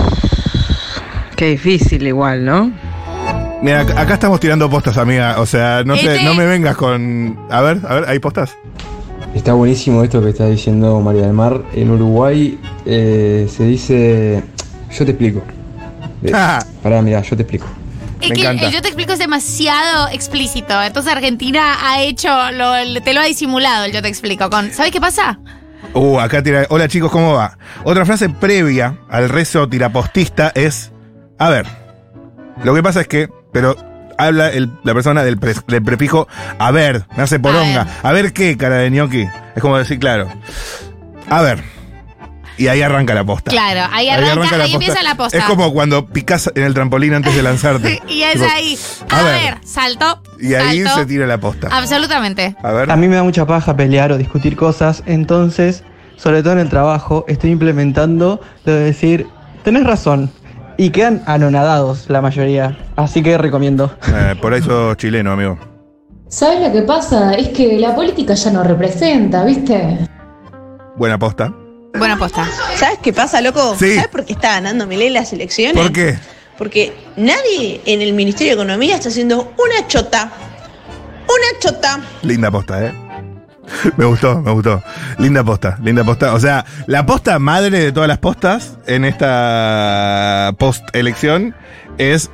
Qué difícil igual, ¿no? Mira, acá estamos tirando postas, amiga. O sea, no sé, no me vengas con... A ver, ¿hay postas? Está buenísimo esto que está diciendo María del Mar. En Uruguay se dice... Yo te explico. Pará, mira, yo te explico. Es que el yo te explico es demasiado explícito. Entonces Argentina ha hecho, te lo ha disimulado el yo te explico. ¿Sabes qué pasa? Acá tira. Hola chicos, ¿cómo va? Otra frase previa al rezo tirapostista es: a ver, lo que pasa es que, pero habla la persona del prefijo a ver, me hace poronga. A ver qué, cara de ñoqui. Es como decir, claro. A ver. Y ahí arranca la posta. Claro, ahí empieza la posta. Es como cuando picás en el trampolín antes de lanzarte. Y es tipo, ahí. A ver, salto. Y ahí se tira la posta. Absolutamente. A mí me da mucha paja pelear o discutir cosas, entonces, sobre todo en el trabajo, estoy implementando lo de decir, tenés razón. Y quedan anonadados la mayoría. Así que recomiendo. Por ahí sos chileno, amigo. ¿Sabes lo que pasa? Es que la política ya no representa, ¿viste? Buena posta. Buena posta. ¿Sabes qué pasa, loco? Sí. ¿Sabes por qué está ganando Milei las elecciones? ¿Por qué? Porque nadie en el Ministerio de Economía está haciendo una chota. Una chota. Linda posta, Me gustó. Linda posta. O sea, la posta madre de todas las postas en esta post-elección es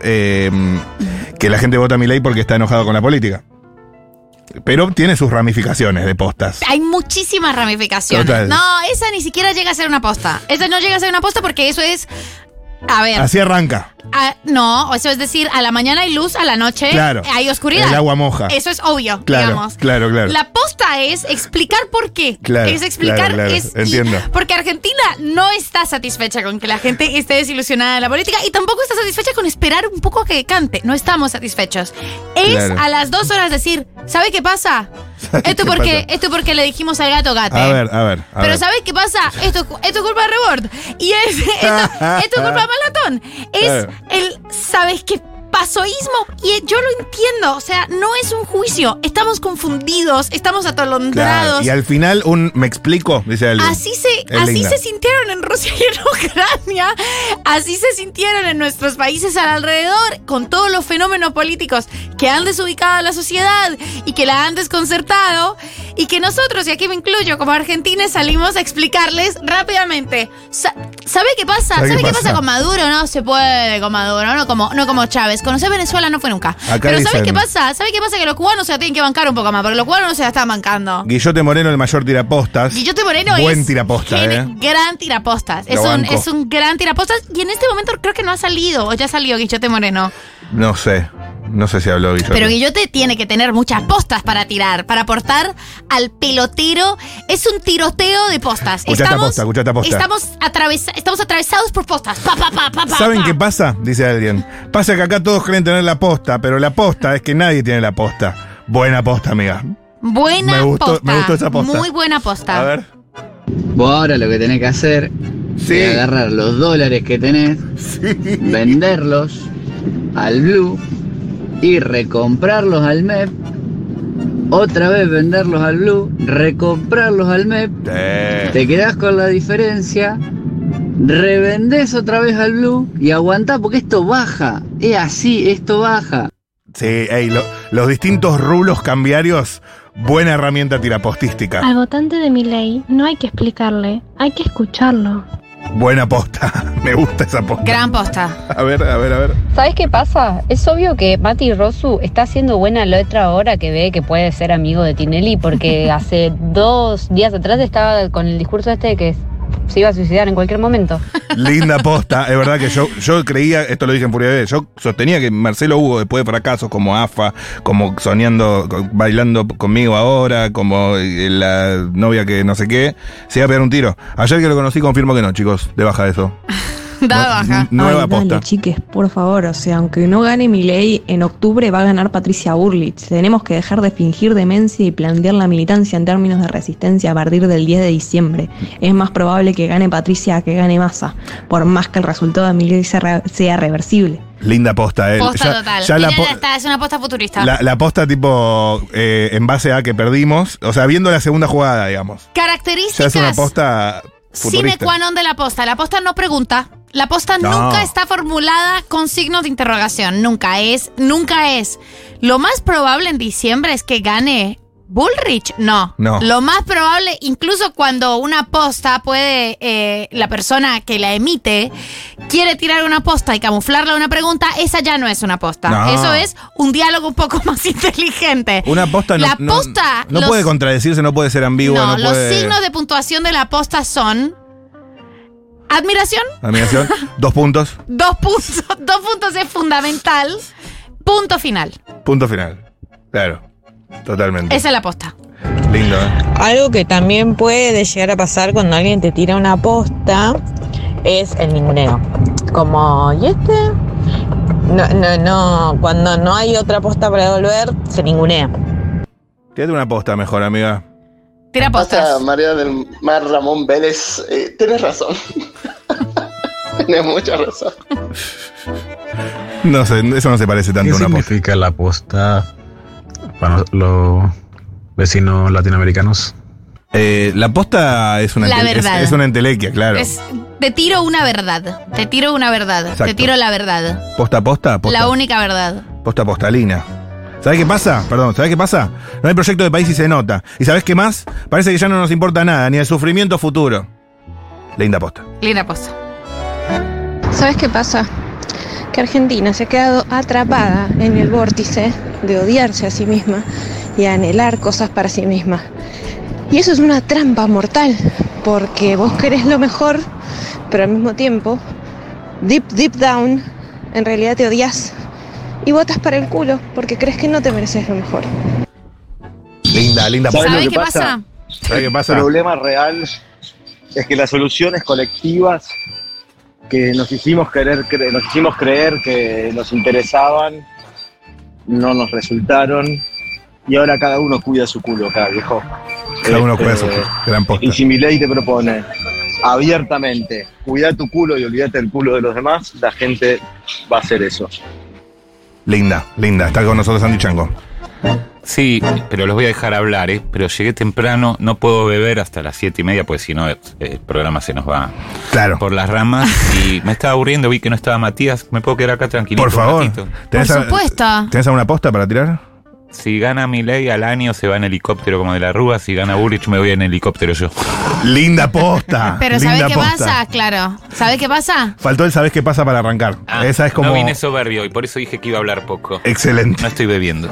que la gente vota a Milei porque está enojado con la política. Pero tiene sus ramificaciones de postas. Hay muchísimas ramificaciones. Total. No, esa ni siquiera llega a ser una posta. Esa no llega a ser una posta porque eso es... A ver. Así arranca. No, eso es decir, a la mañana hay luz, a la noche hay oscuridad. El agua moja. Eso es obvio, claro, digamos. Claro. La posta cosa es explicar por qué. Claro, es explicar. claro, entiendo. Porque Argentina no está satisfecha con que la gente esté desilusionada de la política y tampoco está satisfecha con esperar un poco a que decante. No estamos satisfechos. Es a las 2 horas decir, ¿sabe qué pasa? Esto porque le dijimos al gato gate. A ver. Pero ¿sabes qué pasa? Esto es culpa de Rebord. Y esto es culpa de Malatón. Es ¿sabes qué? Pasoísmo, y yo lo entiendo, o sea, no es un juicio, estamos confundidos, estamos atolondrados. Claro, y al final ¿me explico? Dice alguien. Así se sintieron en Rusia y en Ucrania, así se sintieron en nuestros países alrededor, con todos los fenómenos políticos que han desubicado a la sociedad y que la han desconcertado, y que nosotros, y aquí me incluyo, como argentines, salimos a explicarles rápidamente. ¿Sabe qué pasa? ¿Sabe qué pasa con Maduro? No se puede con Maduro, no como Chávez. Conocer Venezuela no fue nunca. Pero ¿sabes qué pasa? ¿Sabes qué pasa? Que los cubanos se la tienen que bancar un poco más, porque los cubanos no se la están bancando. Guillote Moreno, el mayor tirapostas. Guillote Moreno buen tirapostas, gran tirapostas. Es un gran tirapostas, y en este momento creo que no ha salido, o ya salió Guillote Moreno. No sé si habló Guillote. Pero Guillote tiene que tener muchas postas para tirar, para aportar al pelotero. Es un tiroteo de postas. Escuchá esta posta. Estamos atravesados por postas. ¿Saben qué pasa? Dice alguien. Pasa que acá todos creen tener la posta, pero la posta es que nadie tiene la posta. Buena posta, amiga. Me gustó esa posta. Muy buena posta. A ver. Vos ahora lo que tenés que hacer es agarrar los dólares que tenés, venderlos al Blue y recomprarlos al MEP, otra vez venderlos al Blue, recomprarlos al MEP, te quedás con la diferencia, revendés otra vez al Blue y aguantá porque esto baja, es así, esto baja. Sí, los distintos rulos cambiarios, buena herramienta tirapostística. Al votante de Milei no hay que explicarle, hay que escucharlo. Buena posta, me gusta esa posta. Gran posta. A ver. ¿Sabes qué pasa? Es obvio que Mati Rosu está haciendo buena letra ahora que ve que puede ser amigo de Tinelli, porque hace 2 días atrás estaba con el discurso de que se iba a suicidar en cualquier momento. Linda posta, es verdad que yo creía, esto lo dije en Furia Bebé, yo sostenía que Marcelo Hugo, después de fracasos como AFA, como soñando, bailando conmigo ahora, como la novia que no sé qué, se iba a pegar un tiro. Ayer que lo conocí confirmo que no, chicos, de baja eso. Da baja. Nueva posta. Dale, chiques, por favor, o sea, aunque no gane Milei, en octubre va a ganar Patricia Bullrich. Tenemos que dejar de fingir demencia y plantear la militancia en términos de resistencia a partir del 10 de diciembre. Es más probable que gane Patricia que gane Massa, por más que el resultado de Milei sea reversible. Linda posta, Posta total. Es una posta futurista. La posta tipo en base a que perdimos, o sea, viendo la segunda jugada, digamos. Características. Ya es una posta futurista. Sine qua non de la posta. La posta no pregunta. La posta nunca está formulada con signos de interrogación. Nunca es. Lo más probable en diciembre es que gane Bullrich. No. Lo más probable, incluso cuando una posta puede, la persona que la emite quiere tirar una posta y camuflarla a una pregunta, esa ya no es una posta. No. Eso es un diálogo un poco más inteligente. Una posta no puede contradecirse, no puede ser ambigua. Los signos de puntuación de la posta son... Admiración. 2 puntos. 2 puntos. 2 puntos es fundamental. Punto final. Claro. Totalmente. Esa es la posta. Lindo, Algo que también puede llegar a pasar cuando alguien te tira una posta es el ninguneo. Como, ¿y este? No. Cuando no hay otra posta para devolver, se ningunea. Tírate una posta mejor, amiga. Tira postas. María del Mar Ramón Vélez, tenés razón. Tenés mucha razón. No sé, eso no se parece tanto a una posta. ¿Qué significa la posta para los vecinos latinoamericanos? La posta es una entelequia, claro. Te tiro una verdad. Exacto. Te tiro la verdad. Posta. La única verdad. Postalina. ¿Sabés qué pasa? No hay proyecto de país y se nota. ¿Y sabés qué más? Parece que ya no nos importa nada, ni el sufrimiento futuro. Linda posta. ¿Sabes qué pasa? Que Argentina se ha quedado atrapada en el vórtice de odiarse a sí misma y anhelar cosas para sí misma. Y eso es una trampa mortal, porque vos querés lo mejor, pero al mismo tiempo, deep down, en realidad te odias y votas para el culo porque crees que no te mereces lo mejor. Linda. ¿Sabés qué pasa? ¿Sabés qué pasa? El problema real es que las soluciones colectivas que nos hicimos creer que nos interesaban no nos resultaron y ahora cada uno cuida su culo acá, viejo. Cada uno cuida su culo. Gran posta. Y si Milei te propone abiertamente cuida tu culo y olvídate del culo de los demás, la gente va a hacer eso. Linda. Está con nosotros Andy Chango. Sí, pero los voy a dejar hablar, pero llegué temprano, no puedo beber hasta las 7:30, porque si no el programa se nos va por las ramas. Y me estaba aburriendo, vi que no estaba Matías, ¿me puedo quedar acá tranquilito? Por favor. Por supuesto. ¿Tenés alguna posta para tirar? Si gana Milei al año se va en helicóptero como de la Rúa, si gana Bullrich me voy en helicóptero yo. Linda posta. Pero ¿sabés qué pasa? Claro. ¿Sabés qué pasa? Faltó el ¿sabés qué pasa para arrancar? Esa es como... No vine soberbio y por eso dije que iba a hablar poco. Excelente. No estoy bebiendo.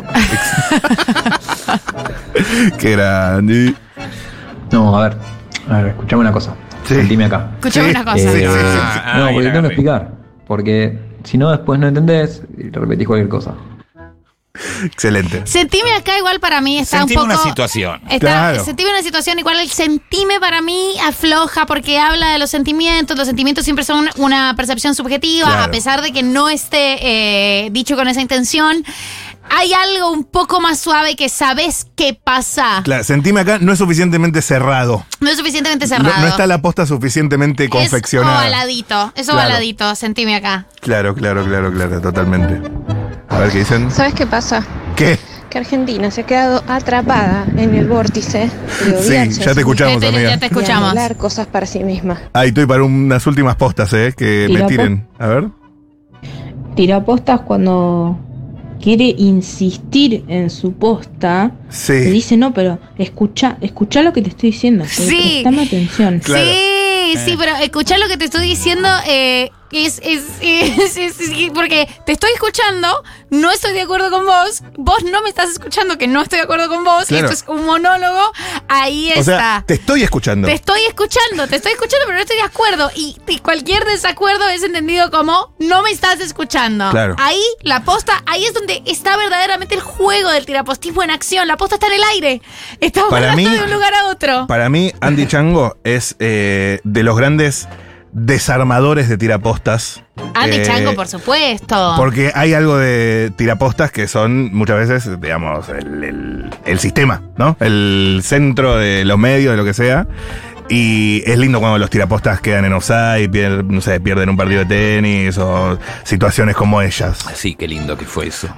Qué grande. No, a ver, escuchame una cosa. Sentime acá. Escuchame una cosa. No, porque tengo que explicar. Porque si no, después no entendés y repetís cualquier cosa. Excelente. Sentime acá igual para mí está Sentime un poco... una situación. Sentime una situación igual el sentime para mí afloja porque habla de los sentimientos. Los sentimientos siempre son una percepción subjetiva, a pesar de que no esté dicho con esa intención. Hay algo un poco más suave que sabes qué pasa. Claro, sentime acá no es suficientemente cerrado. No es suficientemente cerrado. No está la posta suficientemente confeccionada. Es ovaladito, sentime acá. Claro, totalmente. A ver qué dicen. ¿Sabes qué pasa? ¿Qué? Que Argentina se ha quedado atrapada en el vórtice de odiarse. Sí, ya te escuchamos, amiga. Ya te escuchamos. Y hablar cosas para sí misma. Ahí estoy para unas últimas postas, que me tiren. A ver. Tira postas cuando quiere insistir en su posta. Sí. Le dice, no, pero escucha lo que te estoy diciendo. Sí. Prestame atención. Claro. Sí, pero escuchar lo que te estoy diciendo porque te estoy escuchando, no estoy de acuerdo con vos no me estás escuchando que no estoy de acuerdo con vos, claro. Y esto es un monólogo, ahí está. O sea, te estoy escuchando. Te estoy escuchando, pero no estoy de acuerdo. Y cualquier desacuerdo es entendido como no me estás escuchando. Claro. Ahí, la posta, ahí es donde está verdaderamente el juego del tirapostismo en acción. La posta está en el aire. Está volando de un lugar a otro. Para mí, Andy Chango es de los grandes desarmadores de tirapostas. Andy Chango, por supuesto. Porque hay algo de tirapostas que son muchas veces, digamos, el sistema, ¿no? El centro de los medios, de lo que sea. Y es lindo cuando los tirapostas quedan en offside, pierden un partido de tenis o situaciones como ellas. Sí, qué lindo que fue eso.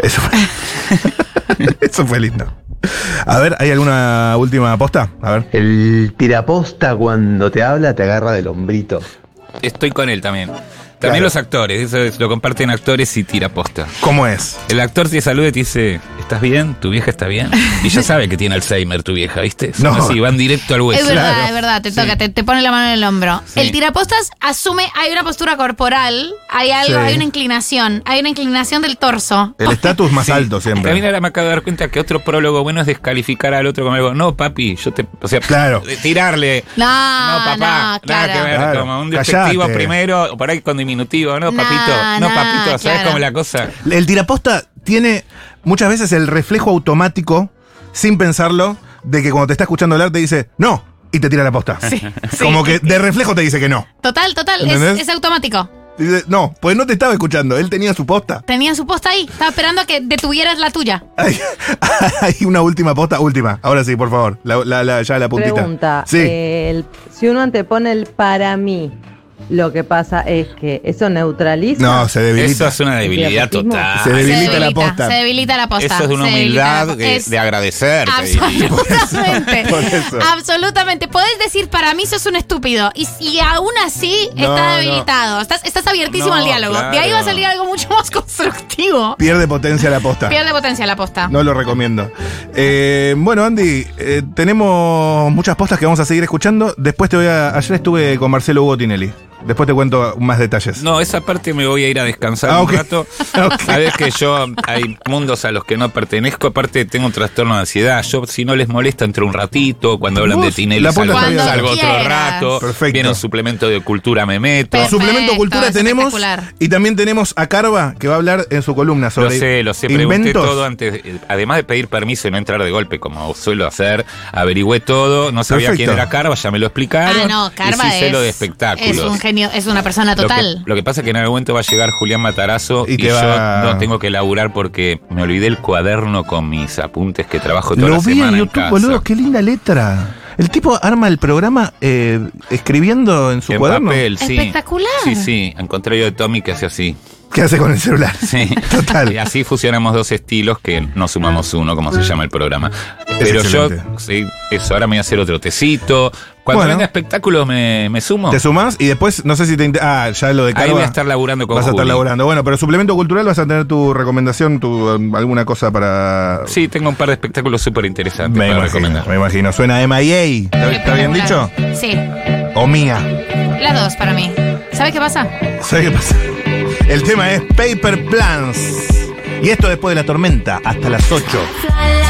Eso fue lindo. A ver, ¿hay alguna última posta? A ver. El tiraposta cuando te habla te agarra del hombrito. Estoy con él también. También los actores, eso lo comparten actores y tiraposta. ¿Cómo es? El actor te saluda y te dice, ¿estás bien? ¿Tu vieja está bien? Y ya sabe que tiene Alzheimer tu vieja, ¿viste? Son así, van directo al hueso. Es verdad, te toca, te pone la mano en el hombro. Sí. El tirapostas asume, hay una postura corporal, hay algo, hay una inclinación del torso. El estatus más alto siempre. A mí ahora me acabo de dar cuenta que otro prólogo bueno es descalificar al otro como algo, no papi, tirarle. No, papá, claro. nada que ver, como un despectivo primero, por ahí con diminutivo, no papito, ¿sabes claro. cómo la cosa? El tiraposta tiene muchas veces el reflejo automático, sin pensarlo, de que cuando te está escuchando hablar te dice, no, y te tira la posta. Sí, como que de reflejo te dice que no. Total, es automático. Dice, no, pues no te estaba escuchando, él tenía su posta. Tenía su posta ahí, estaba esperando a que detuvieras la tuya. Hay una última posta, ahora sí, por favor, ya la puntita. Pregunta, sí. Si uno antepone el para mí, lo que pasa es que eso neutraliza. No, se debilita. Eso es una debilidad total. Se debilita la posta. Se debilita la posta. Eso es una humildad de agradecer. Absolutamente. Absolutamente. Podés decir, para mí sos un estúpido. Y aún así está debilitado. Estás abiertísimo al diálogo. Claro. De ahí va a salir algo mucho más constructivo. Pierde potencia la posta. No lo recomiendo. Bueno, Andy, tenemos muchas postas que vamos a seguir escuchando. Después ayer estuve con Marcelo Hugo Tinelli. Después te cuento más detalles. No, esa parte me voy a ir a descansar un rato. Sabes que yo hay mundos a los que no pertenezco. Aparte tengo un trastorno de ansiedad. Yo, si no les molesta, entro un ratito. Cuando hablan de Tinelli salgo otro rato. Perfecto. Viene un suplemento de cultura, me meto. Suplemento cultura tenemos. Y también tenemos a Carva, que va a hablar en su columna sobre Lo sé, pregunté todo antes. Además de pedir permiso y no entrar de golpe, como suelo hacer, averigüé todo. No sabía quién era Carva, ya me lo explicaron. No, Carva y sí sé lo de espectáculos. Es un genio, es una persona total. Lo que pasa es que en algún momento va a llegar Julián Matarazo y yo no tengo que laburar porque me olvidé el cuaderno con mis apuntes que trabajo toda la semana. Lo vi en YouTube, boludo, qué linda letra. El tipo arma el programa escribiendo en su cuaderno. Papel, sí. Espectacular. Sí, encontré yo de Tommy que hace así. ¿Qué hace con el celular? Sí, total. Y así fusionamos dos estilos que no sumamos uno, como se llama el programa. Pero yo, sí, eso, ahora me voy a hacer otro tecito. Cuando venga espectáculos me sumo. Te sumas y después, no sé si te... ya lo de Carva. Ahí voy a estar laburando con Vas a estar laburando. Bueno, pero suplemento cultural vas a tener tu recomendación, alguna cosa para... Sí, tengo un par de espectáculos súper interesantes para recomendar. Me imagino. Suena MIA. ¿Está bien dicho? Sí. O Mía. Las dos para mí. ¿Sabes qué pasa? El tema es Paper Plans. Y esto después de la tormenta, hasta las 8.